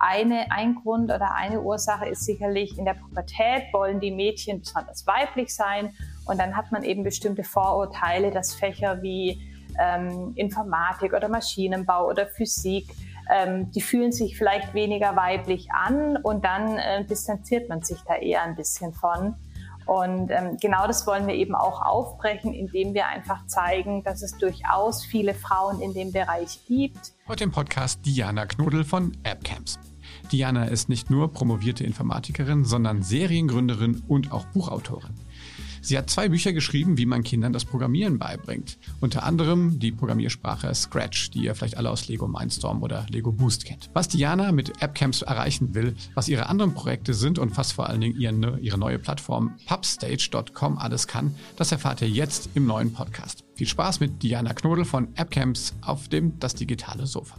Ein Grund oder eine Ursache ist sicherlich, in der Pubertät wollen die Mädchen besonders weiblich sein und dann hat man eben bestimmte Vorurteile, dass Fächer wie Informatik oder Maschinenbau oder Physik, die fühlen sich vielleicht weniger weiblich an und dann distanziert man sich da eher ein bisschen von. Und genau das wollen wir eben auch aufbrechen, indem wir einfach zeigen, dass es durchaus viele Frauen in dem Bereich gibt. Heute im Podcast Diana Knodel von AppCamps. Diana ist nicht nur promovierte Informatikerin, sondern Seriengründerin und auch Buchautorin. Sie hat 2 Bücher geschrieben, wie man Kindern das Programmieren beibringt. Unter anderem die Programmiersprache Scratch, die ihr vielleicht alle aus Lego Mindstorm oder Lego Boost kennt. Was Diana mit AppCamps erreichen will, was ihre anderen Projekte sind und was vor allen Dingen ihre neue Plattform pubstage.com alles kann, das erfahrt ihr jetzt im neuen Podcast. Viel Spaß mit Diana Knodel von AppCamps auf dem Das digitale Sofa.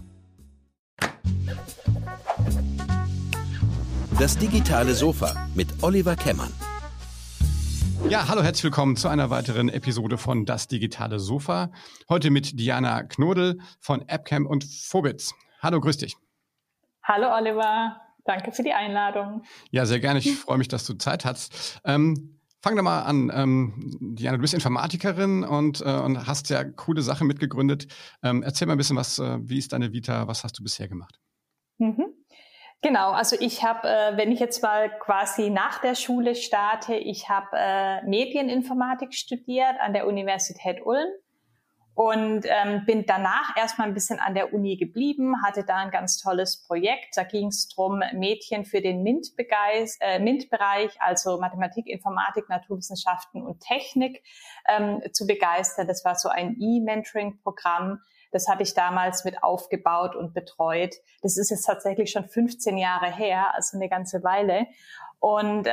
Das digitale Sofa mit Oliver Kemmern. Ja, hallo, herzlich willkommen zu einer weiteren Episode von Das digitale Sofa. Heute mit Diana Knodel von AppCamp und Phobits. Hallo, grüß dich. Hallo Oliver, danke für die Einladung. Ja, sehr gerne. Ich freue mich, dass du Zeit hast. Fang doch mal an. Diana, du bist Informatikerin und hast ja coole Sachen mitgegründet. Erzähl mal ein bisschen was, wie ist deine Vita, was hast du bisher gemacht? Genau, also ich habe, wenn ich jetzt mal quasi nach der Schule starte, ich habe Medieninformatik studiert an der Universität Ulm und bin danach erstmal ein bisschen an der Uni geblieben, hatte da ein ganz tolles Projekt. Da ging es darum, Mädchen für den MINT-Bereich, also Mathematik, Informatik, Naturwissenschaften und Technik zu begeistern. Das war so ein E-Mentoring-Programm. Das hatte ich damals mit aufgebaut und betreut. Das ist jetzt tatsächlich schon 15 Jahre her, also eine ganze Weile. Und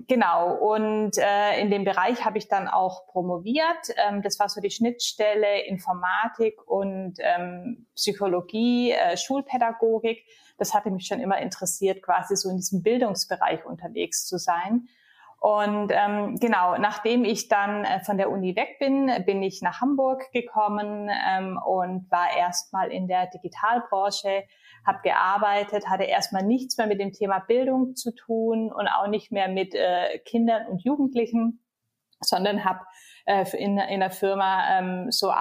in dem Bereich habe ich dann auch promoviert. Das war so die Schnittstelle Informatik und Psychologie, Schulpädagogik. Das hatte mich schon immer interessiert, quasi so in diesem Bildungsbereich unterwegs zu sein. Und nachdem ich dann von der Uni weg bin, bin ich nach Hamburg gekommen und war erstmal in der Digitalbranche, habe gearbeitet, hatte erstmal nichts mehr mit dem Thema Bildung zu tun und auch nicht mehr mit Kindern und Jugendlichen, sondern habe in der Firma so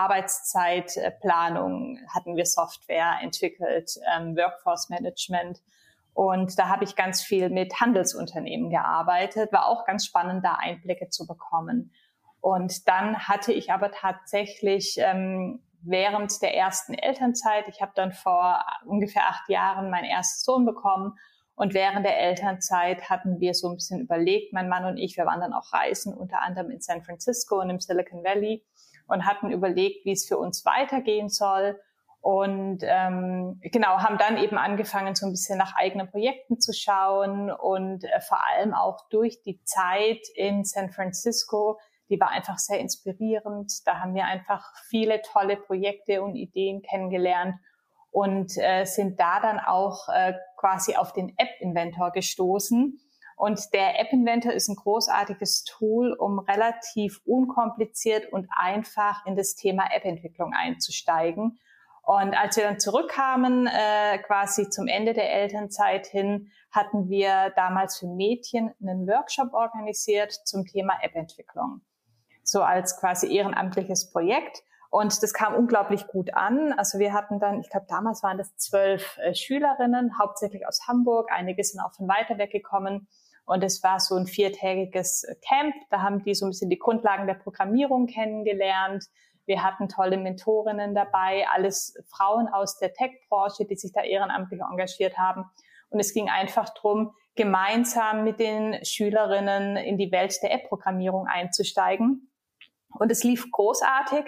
Arbeitszeitplanung, hatten wir Software entwickelt, Workforce Management. Und da habe ich ganz viel mit Handelsunternehmen gearbeitet, war auch ganz spannend, da Einblicke zu bekommen. Und dann hatte ich aber tatsächlich während der ersten Elternzeit, ich habe dann vor ungefähr 8 Jahren meinen ersten Sohn bekommen und während der Elternzeit hatten wir so ein bisschen überlegt, mein Mann und ich, wir waren dann auch reisen, unter anderem in San Francisco und im Silicon Valley und hatten überlegt, wie es für uns weitergehen soll. Und haben dann eben angefangen, so ein bisschen nach eigenen Projekten zu schauen und vor allem auch durch die Zeit in San Francisco, die war einfach sehr inspirierend. Da haben wir einfach viele tolle Projekte und Ideen kennengelernt und sind da dann auch quasi auf den App Inventor gestoßen. Und der App Inventor ist ein großartiges Tool, um relativ unkompliziert und einfach in das Thema App-Entwicklung einzusteigen. Und als wir dann zurückkamen, quasi zum Ende der Elternzeit hin, hatten wir damals für Mädchen einen Workshop organisiert zum Thema App-Entwicklung. So als quasi ehrenamtliches Projekt. Und das kam unglaublich gut an. Also wir hatten dann, ich glaube damals waren das 12 Schülerinnen, hauptsächlich aus Hamburg. Einige sind auch von weiter weg gekommen. Und es war so ein 4-tägiges Camp. Da haben die so ein bisschen die Grundlagen der Programmierung kennengelernt. Wir hatten tolle Mentorinnen dabei, alles Frauen aus der Tech-Branche, die sich da ehrenamtlich engagiert haben. Und es ging einfach darum, gemeinsam mit den Schülerinnen in die Welt der App-Programmierung einzusteigen. Und es lief großartig.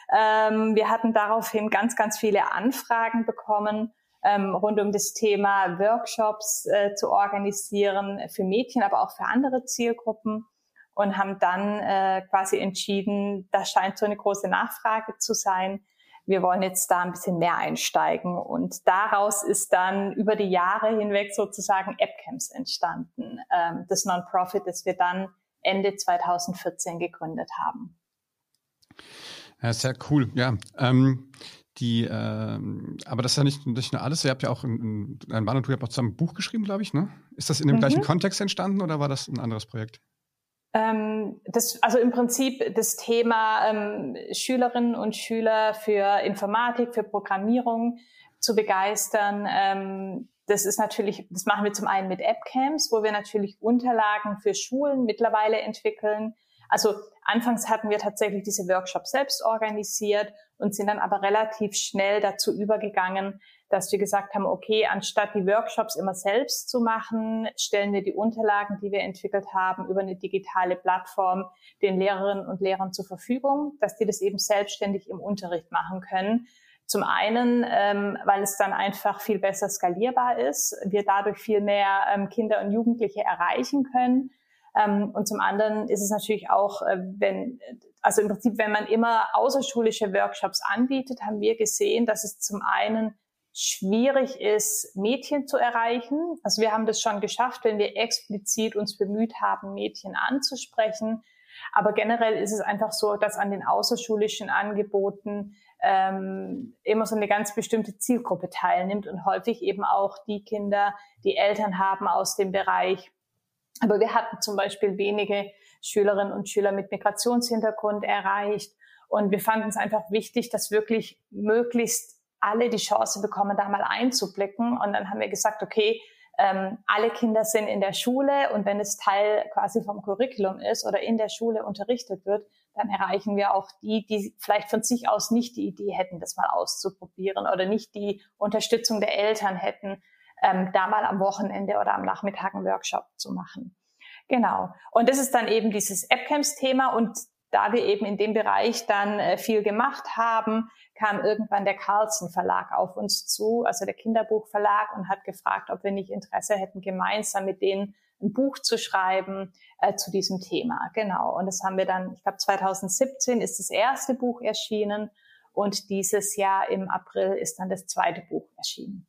Wir hatten daraufhin ganz, ganz viele Anfragen bekommen, rund um das Thema Workshops zu organisieren, für Mädchen, aber auch für andere Zielgruppen. Und haben dann quasi entschieden, da scheint so eine große Nachfrage zu sein. Wir wollen jetzt da ein bisschen mehr einsteigen. Und daraus ist dann über die Jahre hinweg sozusagen AppCamps entstanden. Das Non-Profit, das wir dann Ende 2014 gegründet haben. Ja, sehr cool, ja. Aber das ist ja nicht nur alles. Ihr habt ja auch ein Mann und du habt auch zusammen ein Buch geschrieben, glaube ich, ne? Ist das in dem gleichen Kontext entstanden oder war das ein anderes Projekt? Also im Prinzip das Thema Schülerinnen und Schüler für Informatik, für Programmierung zu begeistern. Das machen wir zum einen mit App-Camps, wo wir natürlich Unterlagen für Schulen mittlerweile entwickeln. Also anfangs hatten wir tatsächlich diese Workshops selbst organisiert und sind dann aber relativ schnell dazu übergegangen, dass wir gesagt haben, okay, anstatt die Workshops immer selbst zu machen, stellen wir die Unterlagen, die wir entwickelt haben, über eine digitale Plattform den Lehrerinnen und Lehrern zur Verfügung, dass die das eben selbstständig im Unterricht machen können. Zum einen, weil es dann einfach viel besser skalierbar ist, wir dadurch viel mehr Kinder und Jugendliche erreichen können. Und zum anderen ist es natürlich auch, wenn man immer außerschulische Workshops anbietet, haben wir gesehen, dass es zum einen schwierig ist, Mädchen zu erreichen. Also wir haben das schon geschafft, wenn wir explizit uns bemüht haben, Mädchen anzusprechen. Aber generell ist es einfach so, dass an den außerschulischen Angeboten immer so eine ganz bestimmte Zielgruppe teilnimmt und häufig eben auch die Kinder, die Eltern haben aus dem Bereich. Aber wir hatten zum Beispiel wenige Schülerinnen und Schüler mit Migrationshintergrund erreicht. Und wir fanden es einfach wichtig, dass wirklich möglichst alle die Chance bekommen, da mal einzublicken. Und dann haben wir gesagt, okay, alle Kinder sind in der Schule und wenn es Teil quasi vom Curriculum ist oder in der Schule unterrichtet wird, dann erreichen wir auch die vielleicht von sich aus nicht die Idee hätten, das mal auszuprobieren oder nicht die Unterstützung der Eltern hätten, da mal am Wochenende oder am Nachmittag einen Workshop zu machen. Genau. Und das ist dann eben dieses App-Camps-Thema und da wir eben in dem Bereich dann viel gemacht haben, kam irgendwann der Carlsen Verlag auf uns zu, also der Kinderbuchverlag, und hat gefragt, ob wir nicht Interesse hätten, gemeinsam mit denen ein Buch zu schreiben zu diesem Thema. Genau. Und das haben wir dann, ich glaube 2017 ist das erste Buch erschienen und dieses Jahr im April ist dann das zweite Buch erschienen.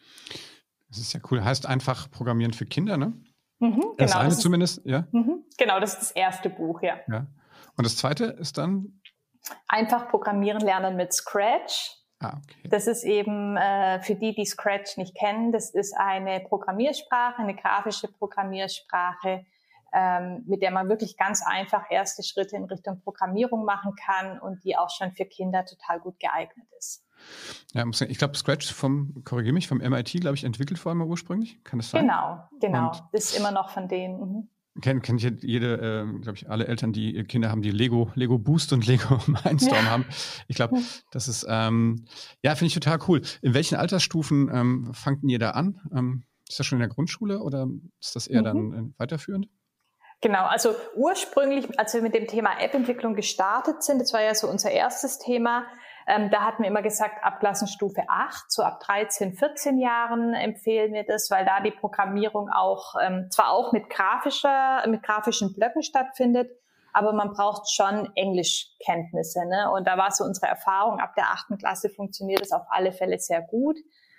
Das ist ja cool. Heißt einfach Programmieren für Kinder, ne? Genau, das eine zumindest, ja? Genau, das ist das erste Buch, ja. Und das zweite ist dann? Einfach Programmieren lernen mit Scratch. Okay. Das ist eben für die Scratch nicht kennen, das ist eine Programmiersprache, eine grafische Programmiersprache, mit der man wirklich ganz einfach erste Schritte in Richtung Programmierung machen kann und die auch schon für Kinder total gut geeignet ist. Ja, ich glaube, Scratch korrigiere mich, vom MIT, glaube ich, entwickelt worden ursprünglich. Kann das sein? Genau. Das ist immer noch von denen. Kennt jede, glaube ich, alle Eltern, die Kinder haben, die Lego Boost und Lego Mindstorm haben. Ich glaube, das ist, finde ich total cool. In welchen Altersstufen fangt ihr da an? Ist das schon in der Grundschule oder ist das eher dann weiterführend? Genau, also ursprünglich, als wir mit dem Thema App-Entwicklung gestartet sind, das war ja so unser erstes Thema, da hatten wir immer gesagt, ab Klassenstufe 8, so ab 13, 14 Jahren empfehlen wir das, weil da die Programmierung auch, zwar auch mit grafischen Blöcken stattfindet, aber man braucht schon Englischkenntnisse, ne? Und da war so unsere Erfahrung, ab der 8. Klasse funktioniert es auf alle Fälle sehr gut.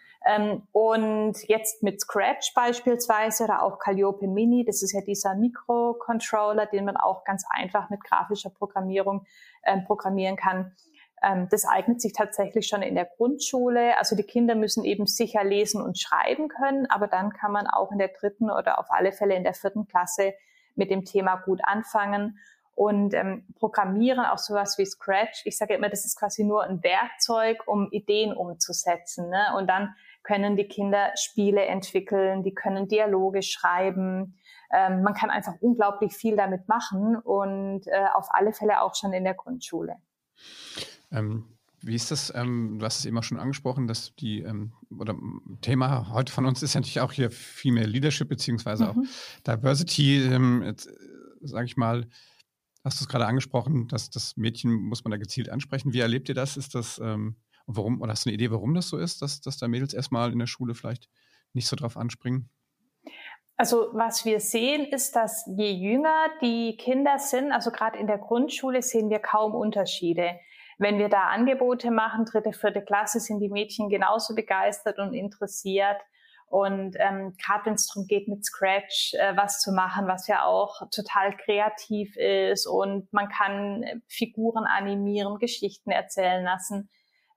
Und jetzt mit Scratch beispielsweise oder auch Calliope Mini, das ist ja dieser Mikrocontroller, den man auch ganz einfach mit grafischer Programmierung programmieren kann. Das eignet sich tatsächlich schon in der Grundschule. Also die Kinder müssen eben sicher lesen und schreiben können, aber dann kann man auch in der 3. oder auf alle Fälle in der 4. Klasse mit dem Thema gut anfangen. Und Programmieren, auch sowas wie Scratch, ich sage immer, das ist quasi nur ein Werkzeug, um Ideen umzusetzen, ne? Und dann können die Kinder Spiele entwickeln, die können Dialoge schreiben. Man kann einfach unglaublich viel damit machen und auf alle Fälle auch schon in der Grundschule. Wie ist das? Du hast es eben auch schon angesprochen, dass Thema heute von uns ist ja natürlich auch hier Female Leadership beziehungsweise auch Diversity, sage ich mal. Hast du es gerade angesprochen, dass das Mädchen muss man da gezielt ansprechen. Wie erlebt ihr das? Ist das warum? Oder hast du eine Idee, warum das so ist, dass da Mädels erstmal in der Schule vielleicht nicht so drauf anspringen? Also was wir sehen, ist, dass je jünger die Kinder sind, also gerade in der Grundschule, sehen wir kaum Unterschiede. Wenn wir da Angebote machen, 3., 4. Klasse, sind die Mädchen genauso begeistert und interessiert. Und gerade wenn es darum geht, mit Scratch was zu machen, was ja auch total kreativ ist und man kann Figuren animieren, Geschichten erzählen lassen,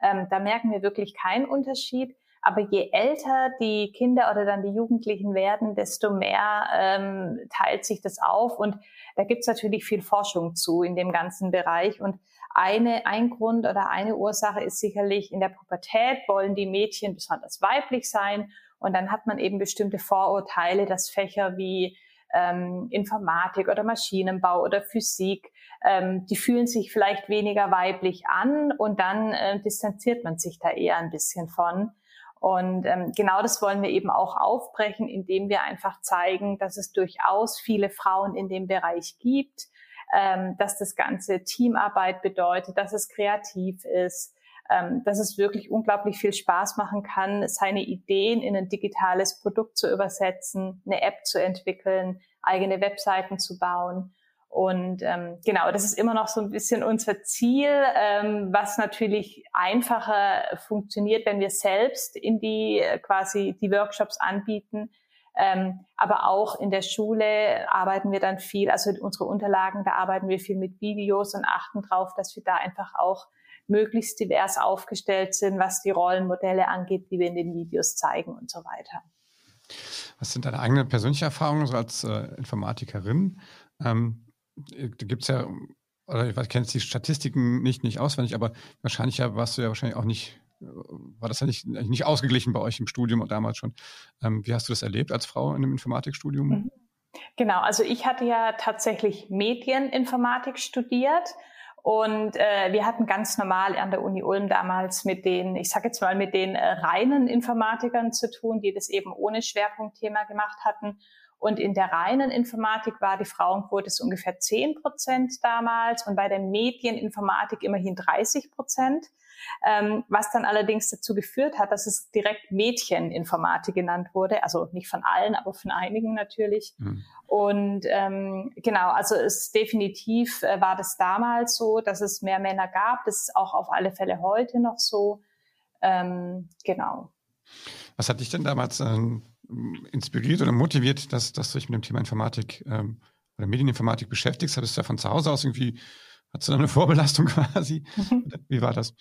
Da merken wir wirklich keinen Unterschied. Aber je älter die Kinder oder dann die Jugendlichen werden, desto mehr teilt sich das auf. Und da gibt's natürlich viel Forschung zu in dem ganzen Bereich. Und ein Grund oder eine Ursache ist sicherlich, in der Pubertät wollen die Mädchen besonders weiblich sein. Und dann hat man eben bestimmte Vorurteile, dass Fächer wie Informatik oder Maschinenbau oder Physik, die fühlen sich vielleicht weniger weiblich an und dann distanziert man sich da eher ein bisschen von. Und genau das wollen wir eben auch aufbrechen, indem wir einfach zeigen, dass es durchaus viele Frauen in dem Bereich gibt, dass das Ganze Teamarbeit bedeutet, dass es kreativ ist, dass es wirklich unglaublich viel Spaß machen kann, seine Ideen in ein digitales Produkt zu übersetzen, eine App zu entwickeln, eigene Webseiten zu bauen. Und genau, das ist immer noch so ein bisschen unser Ziel, was natürlich einfacher funktioniert, wenn wir selbst in die Workshops anbieten. Aber auch in der Schule arbeiten wir dann viel, also unsere Unterlagen, da arbeiten wir viel mit Videos und achten drauf, dass wir da einfach auch möglichst divers aufgestellt sind, was die Rollenmodelle angeht, die wir in den Videos zeigen und so weiter. Was sind deine eigenen persönlichen Erfahrungen so als Informatikerin? Da gibt es ja, oder ich kenne jetzt die Statistiken nicht auswendig, aber wahrscheinlich warst du ja wahrscheinlich auch nicht, war das ja nicht ausgeglichen bei euch im Studium und damals schon. Wie hast du das erlebt als Frau in einem Informatikstudium? Genau, also ich hatte ja tatsächlich Medieninformatik studiert. Und wir hatten ganz normal an der Uni Ulm damals mit den reinen Informatikern zu tun, die das eben ohne Schwerpunktthema gemacht hatten. Und in der reinen Informatik war die Frauenquote so ungefähr 10% damals und bei der Medieninformatik immerhin 30%, was dann allerdings dazu geführt hat, dass es direkt Mädcheninformatik genannt wurde. Also nicht von allen, aber von einigen natürlich. Mhm. Und genau, also es definitiv war das damals so, dass es mehr Männer gab. Das ist auch auf alle Fälle heute noch so. Genau. Was hat dich denn damals inspiriert oder motiviert, dass du dich mit dem Thema Informatik oder Medieninformatik beschäftigst? Hattest du ja von zu Hause aus irgendwie, hattest du da eine Vorbelastung quasi? Wie war das?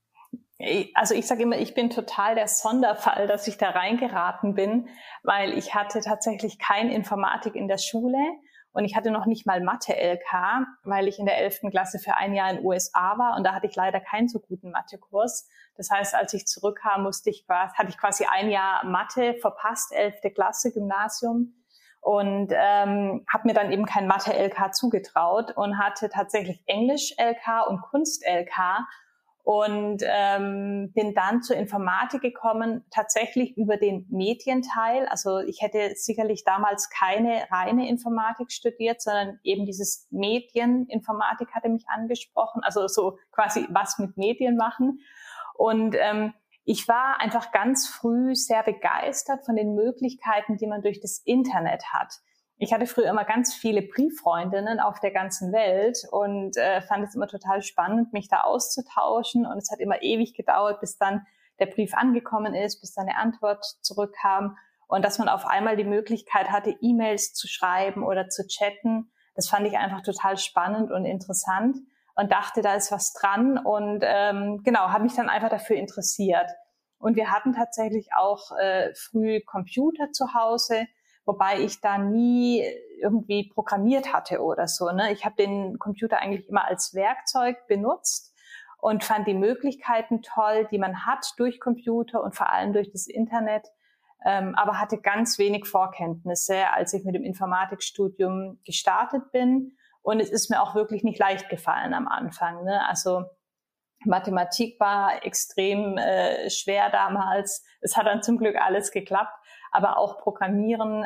Also ich sage immer, ich bin total der Sonderfall, dass ich da reingeraten bin, weil ich hatte tatsächlich kein Informatik in der Schule und ich hatte noch nicht mal Mathe-LK, weil ich in der 11. Klasse für ein Jahr in den USA war und da hatte ich leider keinen so guten Mathekurs. Das heißt, als ich zurückkam, hatte ich quasi ein Jahr Mathe verpasst, 11. Klasse, Gymnasium. Und habe mir dann eben kein Mathe-LK zugetraut und hatte tatsächlich Englisch-LK und Kunst-LK. Und bin dann zur Informatik gekommen, tatsächlich über den Medienteil. Also ich hätte sicherlich damals keine reine Informatik studiert, sondern eben dieses Medieninformatik hatte mich angesprochen. Also so quasi was mit Medien machen. Und ich war einfach ganz früh sehr begeistert von den Möglichkeiten, die man durch das Internet hat. Ich hatte früher immer ganz viele Brieffreundinnen auf der ganzen Welt und fand es immer total spannend, mich da auszutauschen. Und es hat immer ewig gedauert, bis dann der Brief angekommen ist, bis dann eine Antwort zurückkam. Und dass man auf einmal die Möglichkeit hatte, E-Mails zu schreiben oder zu chatten, das fand ich einfach total spannend und interessant und dachte, da ist was dran. Und habe mich dann einfach dafür interessiert. Und wir hatten tatsächlich auch früh Computer zu Hause, wobei ich da nie irgendwie programmiert hatte oder so. Ne? Ich habe den Computer eigentlich immer als Werkzeug benutzt und fand die Möglichkeiten toll, die man hat durch Computer und vor allem durch das Internet, aber hatte ganz wenig Vorkenntnisse, als ich mit dem Informatikstudium gestartet bin. Und es ist mir auch wirklich nicht leicht gefallen am Anfang. Ne? Also Mathematik war extrem schwer damals. Es hat dann zum Glück alles geklappt. Aber auch Programmieren,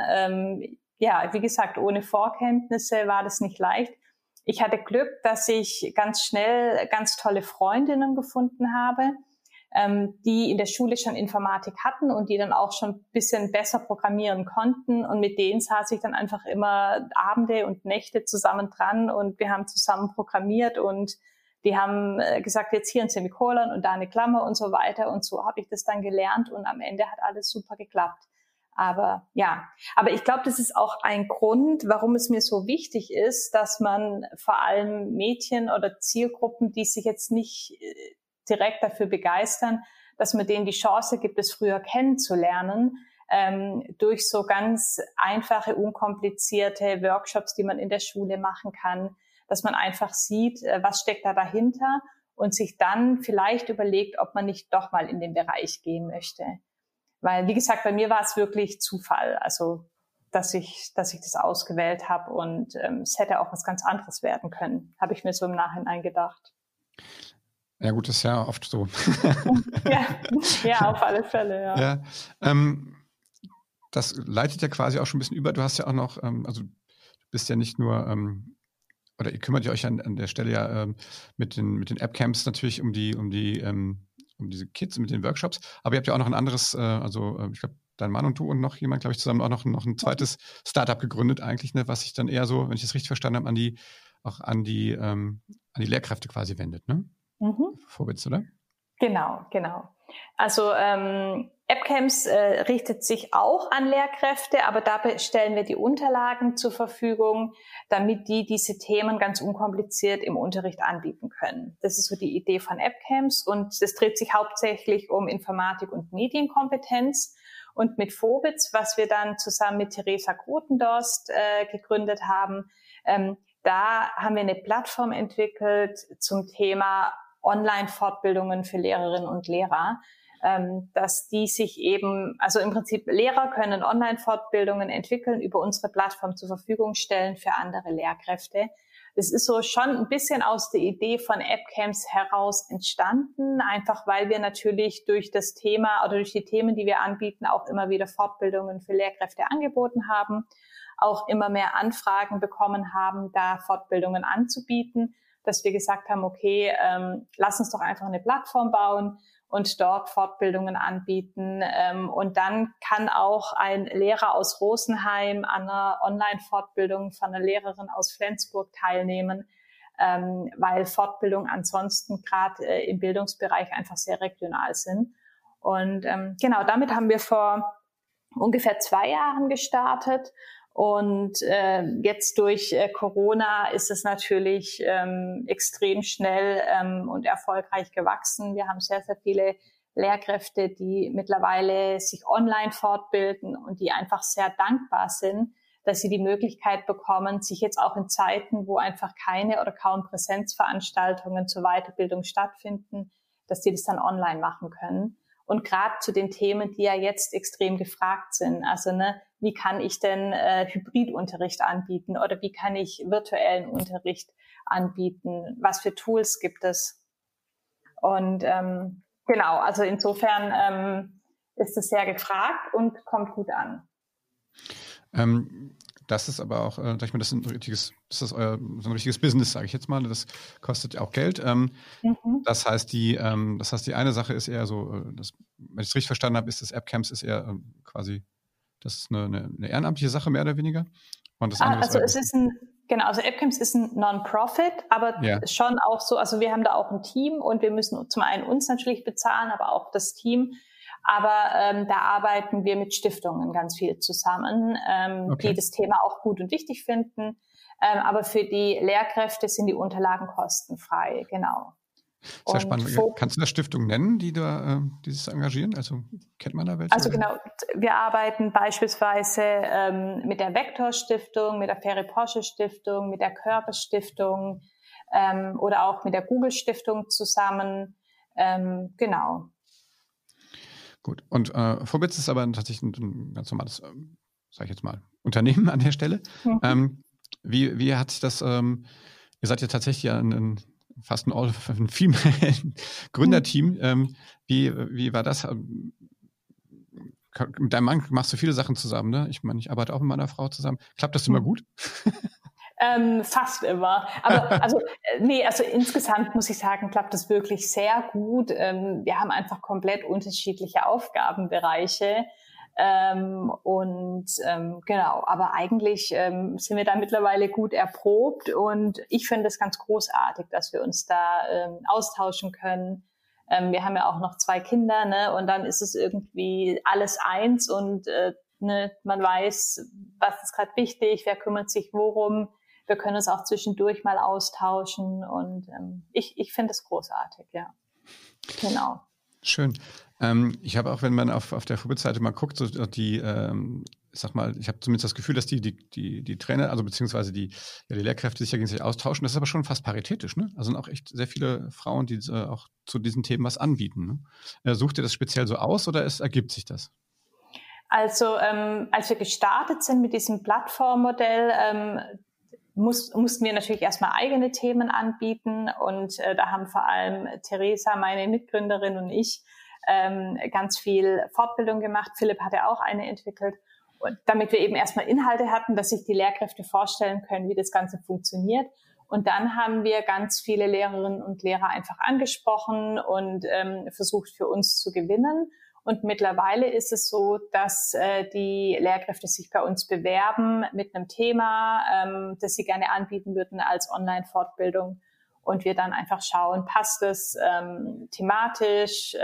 wie gesagt, ohne Vorkenntnisse war das nicht leicht. Ich hatte Glück, dass ich ganz schnell ganz tolle Freundinnen gefunden habe, die in der Schule schon Informatik hatten und die dann auch schon ein bisschen besser programmieren konnten. Und mit denen saß ich dann einfach immer Abende und Nächte zusammen dran und wir haben zusammen programmiert und die haben gesagt, jetzt hier ein Semikolon und da eine Klammer und so weiter. Und so habe ich das dann gelernt und am Ende hat alles super geklappt. Aber ich glaube, das ist auch ein Grund, warum es mir so wichtig ist, dass man vor allem Mädchen oder Zielgruppen, die sich jetzt nicht direkt dafür begeistern, dass man denen die Chance gibt, es früher kennenzulernen, durch so ganz einfache, unkomplizierte Workshops, die man in der Schule machen kann, dass man einfach sieht, was steckt da dahinter und sich dann vielleicht überlegt, ob man nicht doch mal in den Bereich gehen möchte. Weil, wie gesagt, bei mir war es wirklich Zufall, also dass ich das ausgewählt habe und es hätte auch was ganz anderes werden können, habe ich mir so im Nachhinein gedacht. Ja gut, das ist ja oft so. Ja, auf alle Fälle, ja. Das leitet ja quasi auch schon ein bisschen über. Du hast ja auch noch, also du bist ja nicht nur, oder ihr kümmert euch an der Stelle ja mit den App-Camps natürlich um diese Kids mit den Workshops, aber ihr habt ja auch noch ein anderes, ich glaube, dein Mann und du und noch jemand, glaube ich, zusammen auch noch ein zweites Startup gegründet eigentlich, ne, was sich dann eher so, wenn ich das richtig verstanden habe, an die Lehrkräfte quasi wendet, ne? Vorwitz, oder? Genau. Also AppCamps richtet sich auch an Lehrkräfte, aber da stellen wir die Unterlagen zur Verfügung, damit die diese Themen ganz unkompliziert im Unterricht anbieten können. Das ist so die Idee von AppCamps und es dreht sich hauptsächlich um Informatik und Medienkompetenz. Und mit Vorwitz, was wir dann zusammen mit Theresa Grotendorst gegründet haben, da haben wir eine Plattform entwickelt zum Thema Online-Fortbildungen für Lehrerinnen und Lehrer, dass die sich eben, also im Prinzip Lehrer können Online-Fortbildungen entwickeln, über unsere Plattform zur Verfügung stellen für andere Lehrkräfte. Das ist so schon ein bisschen aus der Idee von AppCamps heraus entstanden, einfach weil wir natürlich durch das Thema oder durch die Themen, die wir anbieten, auch immer wieder Fortbildungen für Lehrkräfte angeboten haben, auch immer mehr Anfragen bekommen haben, da Fortbildungen anzubieten, dass wir gesagt haben, okay, lass uns doch einfach eine Plattform bauen und dort Fortbildungen anbieten. Und dann kann auch ein Lehrer aus Rosenheim an einer Online-Fortbildung von einer Lehrerin aus Flensburg teilnehmen, weil Fortbildungen ansonsten gerade im Bildungsbereich einfach sehr regional sind. Und genau, damit haben wir vor ungefähr 2 Jahren gestartet. Und jetzt durch Corona ist es natürlich extrem schnell und erfolgreich gewachsen. Wir haben sehr, sehr viele Lehrkräfte, die mittlerweile sich online fortbilden und die einfach sehr dankbar sind, dass sie die Möglichkeit bekommen, sich jetzt auch in Zeiten, wo einfach keine oder kaum Präsenzveranstaltungen zur Weiterbildung stattfinden, dass sie das dann online machen können. Und gerade zu den Themen, die ja jetzt extrem gefragt sind, also wie kann ich denn Hybridunterricht anbieten oder wie kann ich virtuellen Unterricht anbieten? Was für Tools gibt es? Und genau, also insofern ist es sehr gefragt und kommt gut an. Das ist aber auch, sag ich mal, das ist so ein richtiges Business, sage ich jetzt mal. Das kostet ja auch Geld. Das heißt, die eine Sache ist eher so, wenn ich es richtig verstanden habe, ist das AppCamps ist eher quasi, das ist eine ehrenamtliche Sache, mehr oder weniger. Und das andere also es ist also AppCamps ist ein Non-Profit, aber schon auch so, also wir haben da auch ein Team und wir müssen zum einen uns natürlich bezahlen, aber auch das Team. Aber da arbeiten wir mit Stiftungen ganz viel zusammen, die das Thema auch gut und wichtig finden. Aber für die Lehrkräfte sind die Unterlagen kostenfrei, genau. Sehr spannend. Kannst du da Stiftungen nennen, die dieses engagieren? Also kennt man da welche? Also genau, wir arbeiten beispielsweise mit der Vector Stiftung, mit der Ferry-Porsche Stiftung, mit der Körper Stiftung oder auch mit der Google Stiftung zusammen. Genau. Gut. Und Vorwitz ist aber tatsächlich ein ganz normales, sage ich jetzt mal, Unternehmen an der Stelle. Wie hat sich das, ihr seid ja tatsächlich ein fast ein All-Female-Gründerteam. Wie war das? Mit deinem Mann machst du viele Sachen zusammen, ne? Ich meine, ich arbeite auch mit meiner Frau zusammen. Klappt das immer gut? Fast immer. Aber also insgesamt muss ich sagen, klappt das wirklich sehr gut. Wir haben einfach komplett unterschiedliche Aufgabenbereiche. Genau, aber eigentlich sind wir da mittlerweile gut erprobt und ich finde es ganz großartig, dass wir uns da austauschen können. Wir haben ja auch noch 2 Kinder, ne? Und dann ist es irgendwie alles eins und man weiß, was ist gerade wichtig, wer kümmert sich worum. Wir können uns auch zwischendurch mal austauschen und ich finde es großartig, ja. Genau. Schön. Ich habe auch, wenn man auf der Vorbild-Seite mal guckt, so die, ich sag mal, ich habe zumindest das Gefühl, dass die Trainer, also beziehungsweise die Lehrkräfte sich ja gegenseitig austauschen. Das ist aber schon fast paritätisch, ne? Also sind auch echt sehr viele Frauen, die auch zu diesen Themen was anbieten. Ne? Sucht ihr das speziell so aus oder ergibt sich das? Also als wir gestartet sind mit diesem Plattformmodell, mussten wir natürlich erstmal eigene Themen anbieten und da haben vor allem Theresa, meine Mitgründerin, und ich ganz viel Fortbildung gemacht. Philipp hatte auch eine entwickelt, und damit wir eben erstmal Inhalte hatten, dass sich die Lehrkräfte vorstellen können, wie das Ganze funktioniert. Und dann haben wir ganz viele Lehrerinnen und Lehrer einfach angesprochen und versucht, für uns zu gewinnen. Und mittlerweile ist es so, dass die Lehrkräfte sich bei uns bewerben mit einem Thema, das sie gerne anbieten würden als Online-Fortbildung. Und wir dann einfach schauen, passt es thematisch,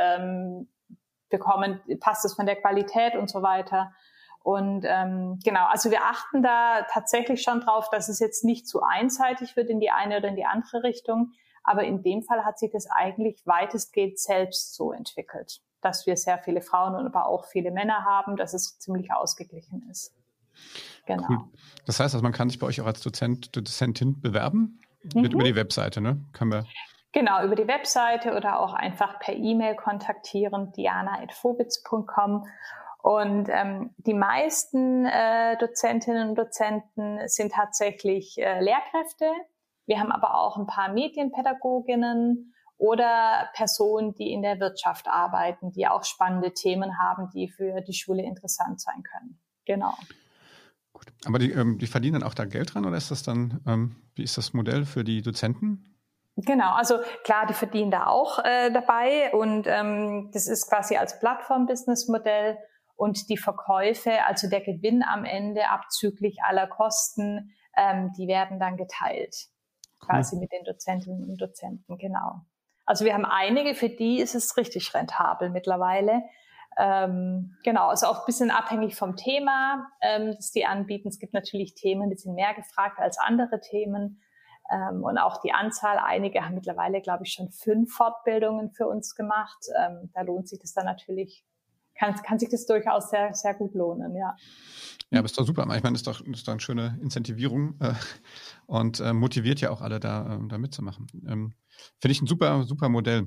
passt es von der Qualität und so weiter. Und genau, also wir achten da tatsächlich schon drauf, dass es jetzt nicht zu einseitig wird in die eine oder in die andere Richtung. Aber in dem Fall hat sich das eigentlich weitestgehend selbst so entwickelt, dass wir sehr viele Frauen und aber auch viele Männer haben, dass es ziemlich ausgeglichen ist. Genau. Cool. Das heißt, also man kann sich bei euch auch als Dozentin bewerben? Über die Webseite, ne? Genau, über die Webseite oder auch einfach per E-Mail kontaktieren, diana@vobitz.com. Und die meisten Dozentinnen und Dozenten sind tatsächlich Lehrkräfte. Wir haben aber auch ein paar Medienpädagoginnen oder Personen, die in der Wirtschaft arbeiten, die auch spannende Themen haben, die für die Schule interessant sein können. Genau. Gut. Aber die verdienen dann auch da Geld dran oder ist das dann, wie ist das Modell für die Dozenten? Genau, also klar, die verdienen da auch dabei und das ist quasi als Plattform-Business-Modell und die Verkäufe, also der Gewinn am Ende abzüglich aller Kosten, die werden dann geteilt, quasi mit den Dozentinnen und Dozenten, genau. Also wir haben einige, für die ist es richtig rentabel mittlerweile. Genau, also auch ein bisschen abhängig vom Thema, das die anbieten. Es gibt natürlich Themen, die sind mehr gefragt als andere Themen. Und auch die Anzahl, einige haben mittlerweile, glaube ich, schon 5 Fortbildungen für uns gemacht. Da lohnt sich das dann natürlich, kann sich das durchaus sehr, sehr gut lohnen, ja. Ja, aber ist doch super. Ich meine, das ist doch eine schöne Incentivierung und motiviert ja auch alle da mitzumachen. Finde ich ein super, super Modell.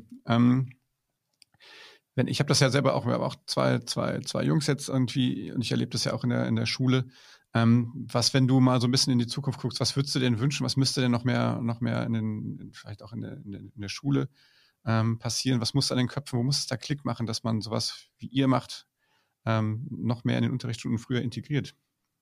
Ich habe das ja selber auch, wir haben auch zwei Jungs jetzt irgendwie und ich erlebe das ja auch in der Schule. Wenn du mal so ein bisschen in die Zukunft guckst, was würdest du denn wünschen? Was müsste denn noch mehr vielleicht auch in der Schule passieren? Was muss da in den Köpfen? Wo muss es da Klick machen, dass man sowas wie ihr macht, noch mehr in den Unterrichtsstunden früher integriert?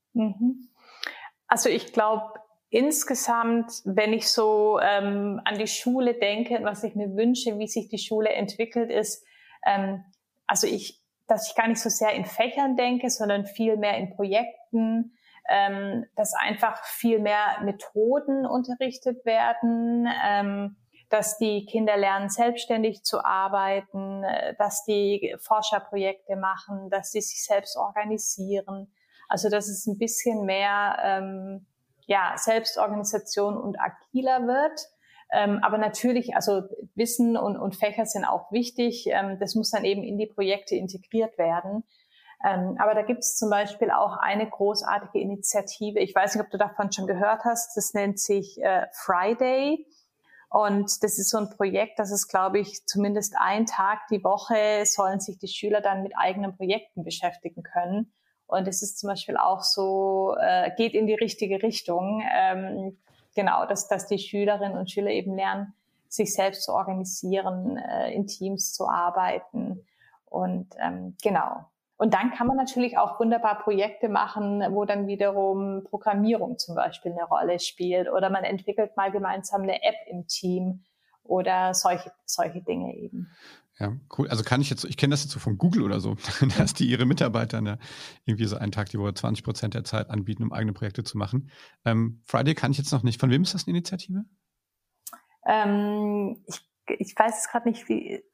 Also ich glaube, insgesamt, wenn ich so an die Schule denke, was ich mir wünsche, wie sich die Schule entwickelt, ist, dass ich gar nicht so sehr in Fächern denke, sondern viel mehr in Projekten, dass einfach viel mehr Methoden unterrichtet werden, dass die Kinder lernen, selbstständig zu arbeiten, dass die Forscherprojekte machen, dass sie sich selbst organisieren. Also dass es ein bisschen mehr Selbstorganisation und agiler wird. Aber natürlich, also Wissen und Fächer sind auch wichtig. Das muss dann eben in die Projekte integriert werden. Aber da gibt es zum Beispiel auch eine großartige Initiative. Ich weiß nicht, ob du davon schon gehört hast. Das nennt sich Friday. Und das ist so ein Projekt, das ist, glaube ich, zumindest einen Tag die Woche sollen sich die Schüler dann mit eigenen Projekten beschäftigen können. Und es ist zum Beispiel auch so, geht in die richtige Richtung. Genau, dass die Schülerinnen und Schüler eben lernen, sich selbst zu organisieren, in Teams zu arbeiten. Und genau. Und dann kann man natürlich auch wunderbar Projekte machen, wo dann wiederum Programmierung zum Beispiel eine Rolle spielt. Oder man entwickelt mal gemeinsam eine App im Team oder solche Dinge eben. Ja, cool. Also ich kenne das jetzt so von Google oder so, dass die ihre Mitarbeiter irgendwie so einen Tag die Woche 20% der Zeit anbieten, um eigene Projekte zu machen. Friday kann ich jetzt noch nicht. Von wem ist das eine Initiative? Ich weiß es gerade nicht, wie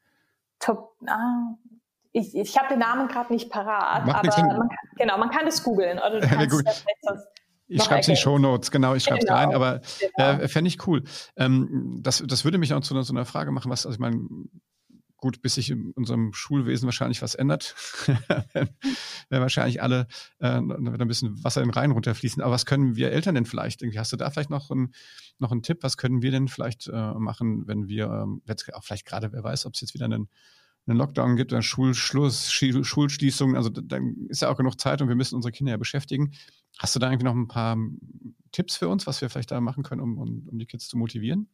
ich habe den Namen gerade nicht parat, aber man kann das googeln. Oder du kannst ich schreibe es in die Shownotes, genau, ich schreibe es rein, aber fände ich cool. Das würde mich auch zu so einer Frage machen, ich meine, gut, bis sich in unserem Schulwesen wahrscheinlich was ändert, werden wahrscheinlich alle wird ein bisschen Wasser in den Rhein runterfließen. Aber was können wir Eltern denn vielleicht? Irgendwie hast du da vielleicht noch einen Tipp? Was können wir denn vielleicht machen, wenn wir jetzt auch vielleicht gerade, wer weiß, ob es jetzt wieder einen Lockdown gibt, einen Schulschluss, Schulschließungen, also dann ist ja auch genug Zeit und wir müssen unsere Kinder ja beschäftigen. Hast du da irgendwie noch ein paar Tipps für uns, was wir vielleicht da machen können, um die Kids zu motivieren?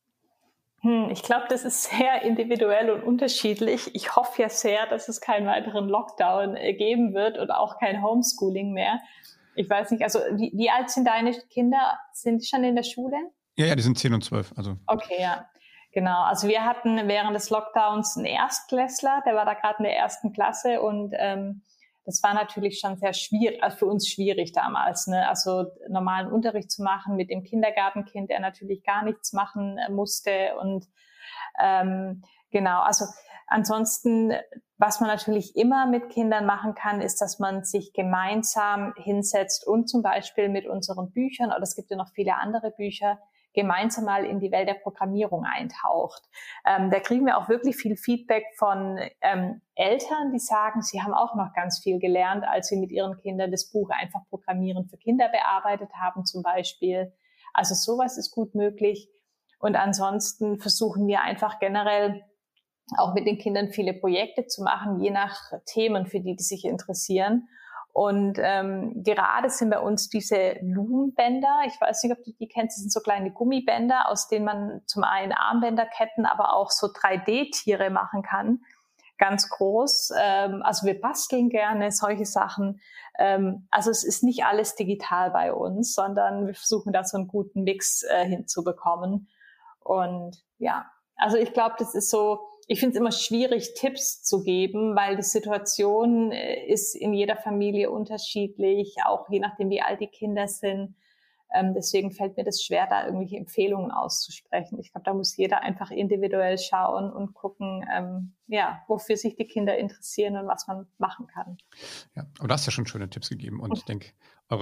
Ich glaube, das ist sehr individuell und unterschiedlich. Ich hoffe ja sehr, dass es keinen weiteren Lockdown geben wird und auch kein Homeschooling mehr. Ich weiß nicht, also wie alt sind deine Kinder? Sind die schon in der Schule? Ja, die sind 10 und 12. Also. Okay, ja. Genau, also wir hatten während des Lockdowns einen Erstklässler, der war da gerade in der 1. Klasse und das war natürlich schon sehr schwierig, also für uns schwierig damals, ne? Also normalen Unterricht zu machen mit dem Kindergartenkind, der natürlich gar nichts machen musste und genau, also ansonsten, was man natürlich immer mit Kindern machen kann, ist, dass man sich gemeinsam hinsetzt und zum Beispiel mit unseren Büchern, oder es gibt ja noch viele andere Bücher, gemeinsam mal in die Welt der Programmierung eintaucht. Da kriegen wir auch wirklich viel Feedback von Eltern, die sagen, sie haben auch noch ganz viel gelernt, als sie mit ihren Kindern das Buch einfach Programmieren für Kinder bearbeitet haben zum Beispiel. Also sowas ist gut möglich. Und ansonsten versuchen wir einfach generell auch mit den Kindern viele Projekte zu machen, je nach Themen, für die sich interessieren. Und gerade sind bei uns diese Loom-Bänder, ich weiß nicht, ob du die kennst, das sind so kleine Gummibänder, aus denen man zum einen Armbänderketten, aber auch so 3D-Tiere machen kann, ganz groß. Also wir basteln gerne solche Sachen. Also es ist nicht alles digital bei uns, sondern wir versuchen da so einen guten Mix hinzubekommen. Und ja, also ich glaube, das ist so, ich finde es immer schwierig, Tipps zu geben, weil die Situation ist in jeder Familie unterschiedlich, auch je nachdem, wie alt die Kinder sind. Deswegen fällt mir das schwer, da irgendwelche Empfehlungen auszusprechen. Ich glaube, da muss jeder einfach individuell schauen und gucken, wofür sich die Kinder interessieren und was man machen kann. Ja, aber du hast ja schon schöne Tipps gegeben und ich denke,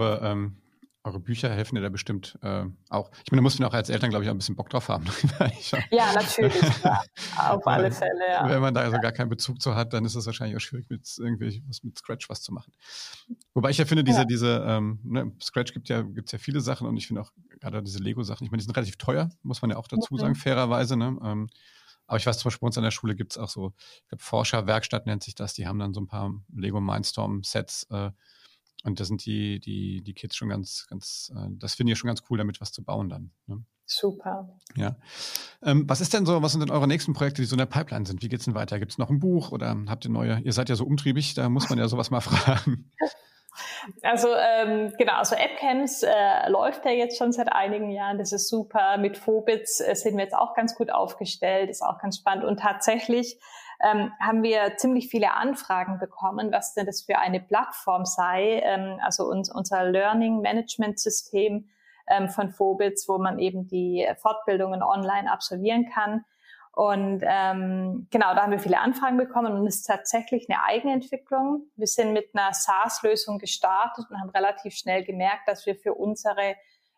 eure Bücher helfen dir da bestimmt auch. Ich meine, da musst du auch als Eltern, glaube ich, auch ein bisschen Bock drauf haben. Ja, natürlich, klar. Auf alle Fälle, ja. Wenn man da also gar keinen Bezug zu hat, dann ist es wahrscheinlich auch schwierig, mit Scratch was zu machen. Wobei ich ja finde, Scratch gibt's ja viele Sachen und ich finde auch gerade diese Lego-Sachen, ich meine, die sind relativ teuer, muss man ja auch dazu sagen, fairerweise, ne? Aber ich weiß zum Beispiel, bei uns an der Schule gibt es auch so, ich glaube, Forscherwerkstatt nennt sich das, die haben dann so ein paar Lego Mindstorm-Sets, und da sind die Kids schon ganz, das finde ich schon ganz cool, damit was zu bauen dann. Ne? Super. Ja. Was sind denn eure nächsten Projekte, die so in der Pipeline sind? Wie geht's denn weiter? Gibt es noch ein Buch oder habt ihr neue? Ihr seid ja so umtriebig, da muss man ja sowas mal fragen. Also also AppCamps läuft ja jetzt schon seit einigen Jahren, das ist super. Mit Phobitz sind wir jetzt auch ganz gut aufgestellt, ist auch ganz spannend und tatsächlich haben wir ziemlich viele Anfragen bekommen, was denn das für eine Plattform sei, also unser Learning Management System von Phobitz, wo man eben die Fortbildungen online absolvieren kann. Und da haben wir viele Anfragen bekommen und es ist tatsächlich eine Eigenentwicklung. Wir sind mit einer SaaS-Lösung gestartet und haben relativ schnell gemerkt, dass wir für unsere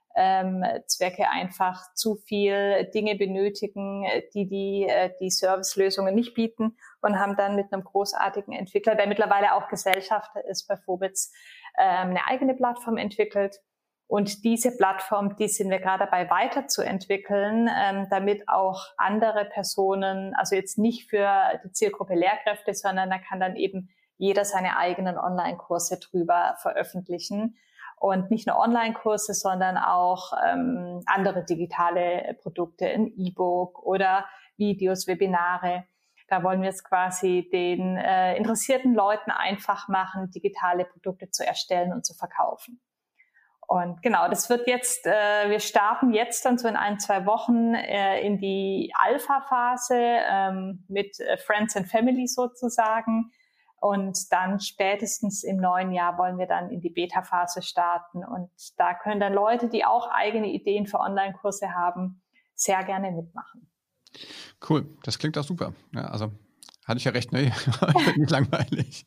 Zwecke einfach zu viel Dinge benötigen, die Servicelösungen nicht bieten und haben dann mit einem großartigen Entwickler, der mittlerweile auch Gesellschafter ist bei Phobitz, eine eigene Plattform entwickelt. Und diese Plattform, die sind wir gerade dabei weiterzuentwickeln, damit auch andere Personen, also jetzt nicht für die Zielgruppe Lehrkräfte, sondern da kann dann eben jeder seine eigenen Online-Kurse drüber veröffentlichen. Und nicht nur Online-Kurse, sondern auch andere digitale Produkte, ein E-Book oder Videos, Webinare. Da wollen wir jetzt quasi den interessierten Leuten einfach machen, digitale Produkte zu erstellen und zu verkaufen. Und genau, das wird jetzt, wir starten jetzt dann so in 1-2 Wochen in die Alpha-Phase mit Friends and Family sozusagen. Und dann spätestens im neuen Jahr wollen wir dann in die Beta-Phase starten. Und da können dann Leute, die auch eigene Ideen für Online-Kurse haben, sehr gerne mitmachen. Cool, das klingt auch super. Ja, also hatte ich ja recht, ne? Nicht langweilig.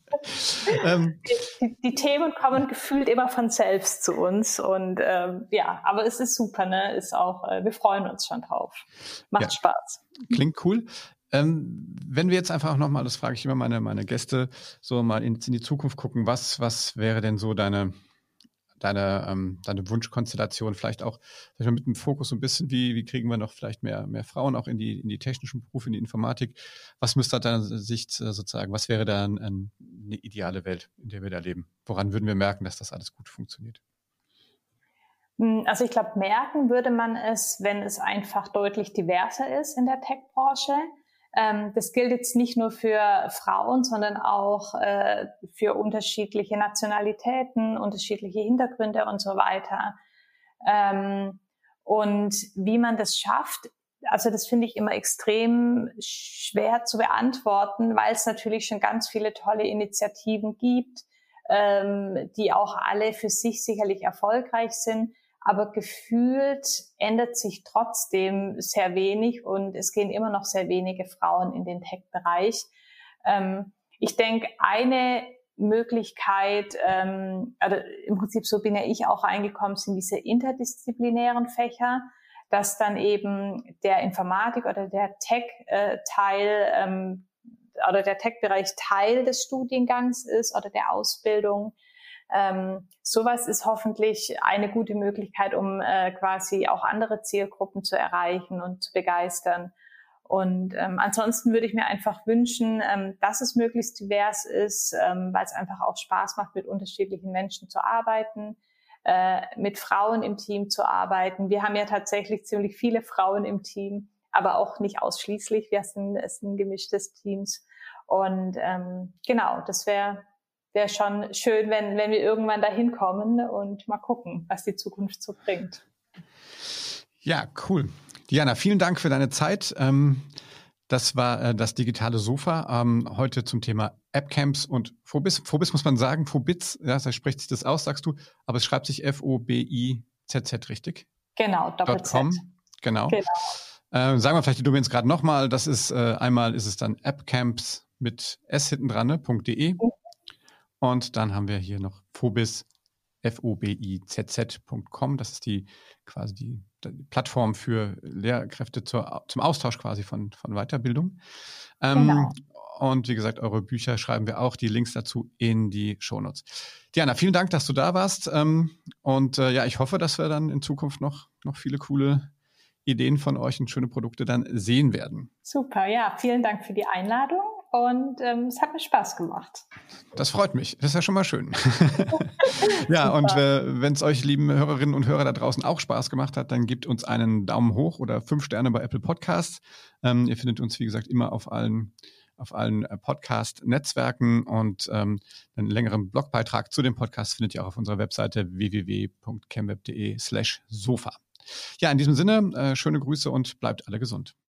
Die Themen kommen gefühlt immer von selbst zu uns. Und aber es ist super, ne? Ist auch, wir freuen uns schon drauf. Macht Spaß. Klingt cool. Wenn wir jetzt einfach nochmal, das frage ich immer meine Gäste, so mal in die Zukunft gucken, was wäre denn so deine Wunschkonstellation, vielleicht mal mit dem Fokus so ein bisschen, wie kriegen wir noch vielleicht mehr Frauen auch in die technischen Berufe, in die Informatik? Was müsste aus deiner Sicht sozusagen, was wäre da eine ideale Welt, in der wir da leben? Woran würden wir merken, dass das alles gut funktioniert? Also ich glaube, merken würde man es, wenn es einfach deutlich diverser ist in der Tech-Branche. Das gilt jetzt nicht nur für Frauen, sondern auch für unterschiedliche Nationalitäten, unterschiedliche Hintergründe und so weiter. Und wie man das schafft, also das finde ich immer extrem schwer zu beantworten, weil es natürlich schon ganz viele tolle Initiativen gibt, die auch alle für sich sicherlich erfolgreich sind. Aber gefühlt ändert sich trotzdem sehr wenig und es gehen immer noch sehr wenige Frauen in den Tech-Bereich. Ich denke, eine Möglichkeit, also im Prinzip so bin ja ich auch reingekommen, sind diese interdisziplinären Fächer, dass dann eben der Informatik oder der Tech-Teil oder der Tech-Bereich Teil des Studiengangs ist oder der Ausbildung. Sowas ist hoffentlich eine gute Möglichkeit, um quasi auch andere Zielgruppen zu erreichen und zu begeistern. Und ansonsten würde ich mir einfach wünschen, dass es möglichst divers ist, weil es einfach auch Spaß macht, mit unterschiedlichen Menschen zu arbeiten, mit Frauen im Team zu arbeiten. Wir haben ja tatsächlich ziemlich viele Frauen im Team, aber auch nicht ausschließlich. Es sind gemischtes Teams. Und genau, das wäre schon schön, wenn wir irgendwann dahin kommen und mal gucken, was die Zukunft so bringt. Ja, cool. Diana, vielen Dank für deine Zeit. Das war das digitale Sofa. Heute zum Thema AppCamps und Fobis. Fobis muss man sagen, Fobits, ja, da spricht sich das aus, sagst du, aber es schreibt sich Fobizz, richtig? Genau, Doppel-Z. Genau. Sagen wir vielleicht die Domains gerade nochmal. Das ist, einmal ist es dann AppCamps mit S hinten dran, ne, .de. Und dann haben wir hier noch Fobis, FOBIZZ.com. Das ist quasi die Plattform für Lehrkräfte zum Austausch quasi von Weiterbildung. Genau. Und wie gesagt, eure Bücher schreiben wir auch, die Links dazu in die Shownotes. Diana, vielen Dank, dass du da warst. Und ich hoffe, dass wir dann in Zukunft noch viele coole Ideen von euch und schöne Produkte dann sehen werden. Super, ja, vielen Dank für die Einladung. Und es hat mir Spaß gemacht. Das freut mich. Das ist ja schon mal schön. Ja, super. Und wenn es euch, lieben Hörerinnen und Hörer da draußen, auch Spaß gemacht hat, dann gebt uns einen Daumen hoch oder 5 Sterne bei Apple Podcasts. Ihr findet uns, wie gesagt, immer auf allen Podcast-Netzwerken und einen längeren Blogbeitrag zu dem Podcast findet ihr auch auf unserer Webseite www.chemweb.de/sofa. Ja, in diesem Sinne, schöne Grüße und bleibt alle gesund.